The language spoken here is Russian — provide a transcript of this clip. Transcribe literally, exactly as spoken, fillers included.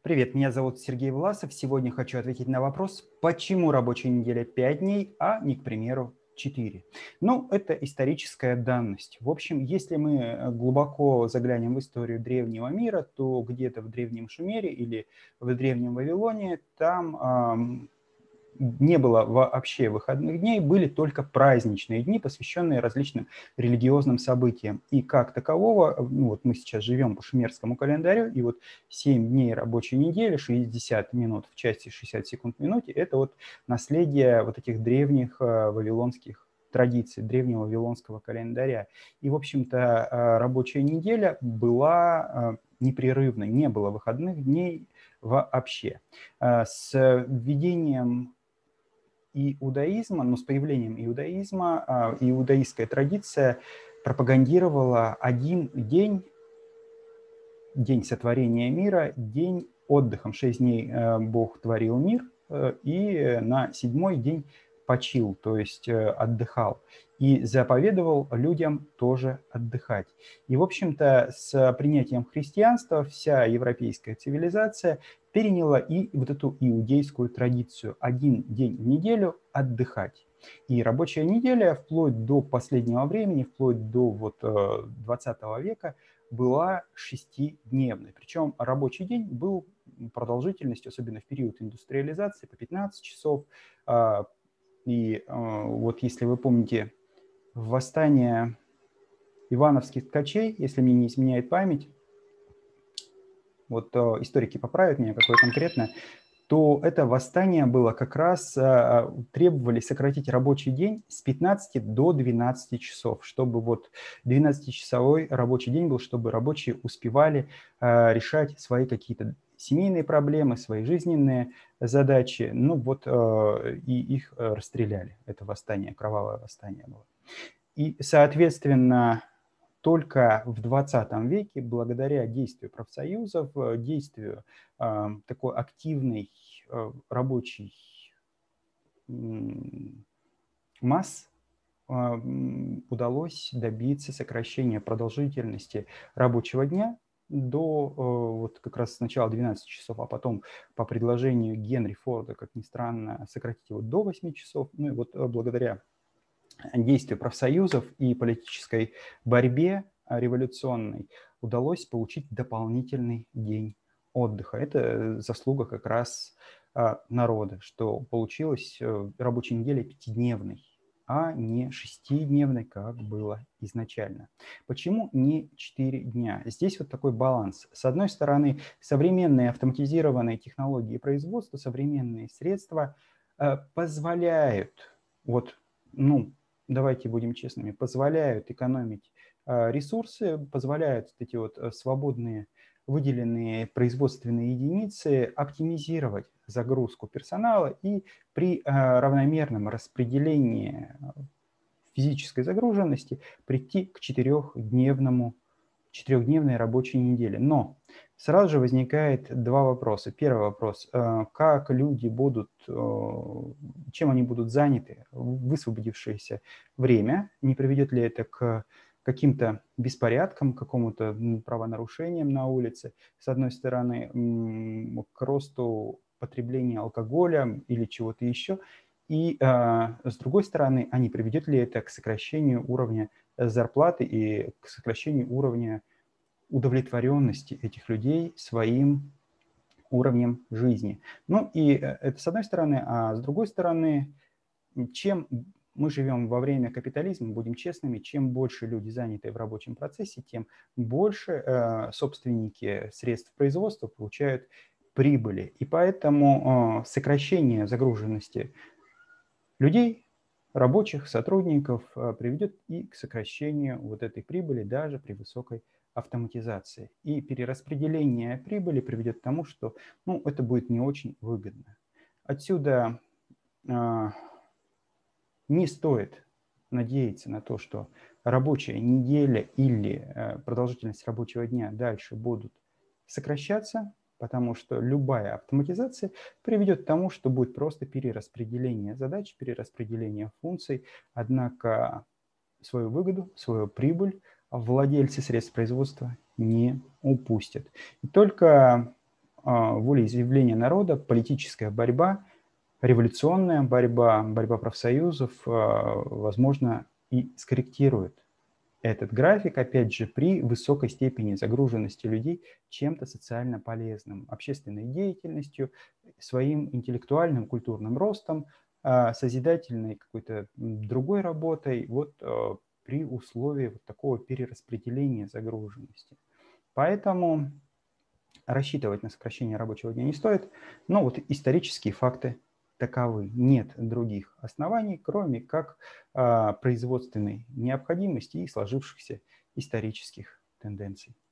Привет, меня зовут Сергей Власов. Сегодня хочу ответить на вопрос, почему рабочая неделя пять дней, а не, к примеру, четыре. Ну, это историческая данность. В общем, если мы э, глубоко заглянем в историю древнего мира, то где-то в Древнем Шумере или в Древнем Вавилоне там ам, не было вообще выходных дней, были только праздничные дни, посвященные различным религиозным событиям. И как такового, ну вот мы сейчас живем по шумерскому календарю, и вот семь дней рабочей недели, шестьдесят минут в часе, шестьдесят секунд в минуте, это вот наследие вот этих древних э, вавилонских традиций, древнего вавилонского календаря. И, в общем-то, э, рабочая неделя была э, непрерывной, не было выходных дней вообще. Э, С введением иудаизма, но с появлением иудаизма а, иудаистская традиция пропагандировала один день, день сотворения мира, день отдыхом. Шесть дней э, Бог творил мир, э, и на седьмой день почил, то есть э, отдыхал. И заповедовал людям тоже отдыхать. И, в общем-то, с принятием христианства вся европейская цивилизация переняла и вот эту иудейскую традицию. Один день в неделю отдыхать. И рабочая неделя вплоть до последнего времени, вплоть до вот двадцатого века, была шестидневной. Причем рабочий день был продолжительностью, особенно в период индустриализации, по пятнадцать часов. И вот если вы помните восстание ивановских ткачей, если мне не изменяет память, вот историки поправят меня, какое конкретно, то это восстание было как раз, требовали сократить рабочий день с пятнадцати до двенадцати часов, чтобы вот двенадцатичасовой рабочий день был, чтобы рабочие успевали решать свои какие-то семейные проблемы, свои жизненные задачи. Ну вот и их расстреляли. Это восстание, кровавое восстание было. И, соответственно, только в двадцатом веке, благодаря действию профсоюзов, действию э, такой активной э, рабочей э, масс, э, удалось добиться сокращения продолжительности рабочего дня до э, вот как раз сначала двенадцати часов, а потом по предложению Генри Форда, как ни странно, сократить его до восьми часов. Ну и вот благодаря действию профсоюзов и политической борьбе революционной удалось получить дополнительный день отдыха. Это заслуга как раз народа, что получилось рабочей неделя пятидневной, а не шестидневной, как было изначально. Почему не четыре дня? Здесь вот такой баланс. С одной стороны, современные автоматизированные технологии производства, современные средства позволяют вот, ну, давайте будем честными, позволяют экономить ресурсы, позволяют эти вот свободные выделенные производственные единицы оптимизировать загрузку персонала и при равномерном распределении физической загруженности прийти к четырехдневному, четырехдневной рабочей неделе. Но сразу же возникает два вопроса. Первый вопрос, как люди будут, чем они будут заняты в высвободившееся время, не приведет ли это к каким-то беспорядкам, к какому-то правонарушениям на улице, с одной стороны, к росту потребления алкоголя или чего-то еще, и с другой стороны, а не приведет ли это к сокращению уровня зарплаты и к сокращению уровня удовлетворенности этих людей своим уровнем жизни. Ну и это с одной стороны, а с другой стороны, чем мы живем во время капитализма, будем честными, чем больше люди заняты в рабочем процессе, тем больше э, собственники средств производства получают прибыли. И поэтому э, сокращение загруженности людей, рабочих, сотрудников приведет и к сокращению вот этой прибыли даже при высокой автоматизации. И перераспределение прибыли приведет к тому, что ну, это будет не очень выгодно. Отсюда э, не стоит надеяться на то, что рабочая неделя или э, продолжительность рабочего дня дальше будут сокращаться, потому что любая автоматизация приведет к тому, что будет просто перераспределение задач, перераспределение функций, однако свою выгоду, свою прибыль владельцы средств производства не упустят. И только волеизъявление народа, политическая борьба, революционная борьба, борьба профсоюзов, возможно, и скорректирует этот график, опять же, при высокой степени загруженности людей чем-то социально полезным, общественной деятельностью, своим интеллектуальным, культурным ростом, созидательной какой-то другой работой, вот при условии вот такого перераспределения загруженности. Поэтому рассчитывать на сокращение рабочего дня не стоит, но вот исторические факты таковы. Нет других оснований, кроме как а, производственной необходимости и сложившихся исторических тенденций.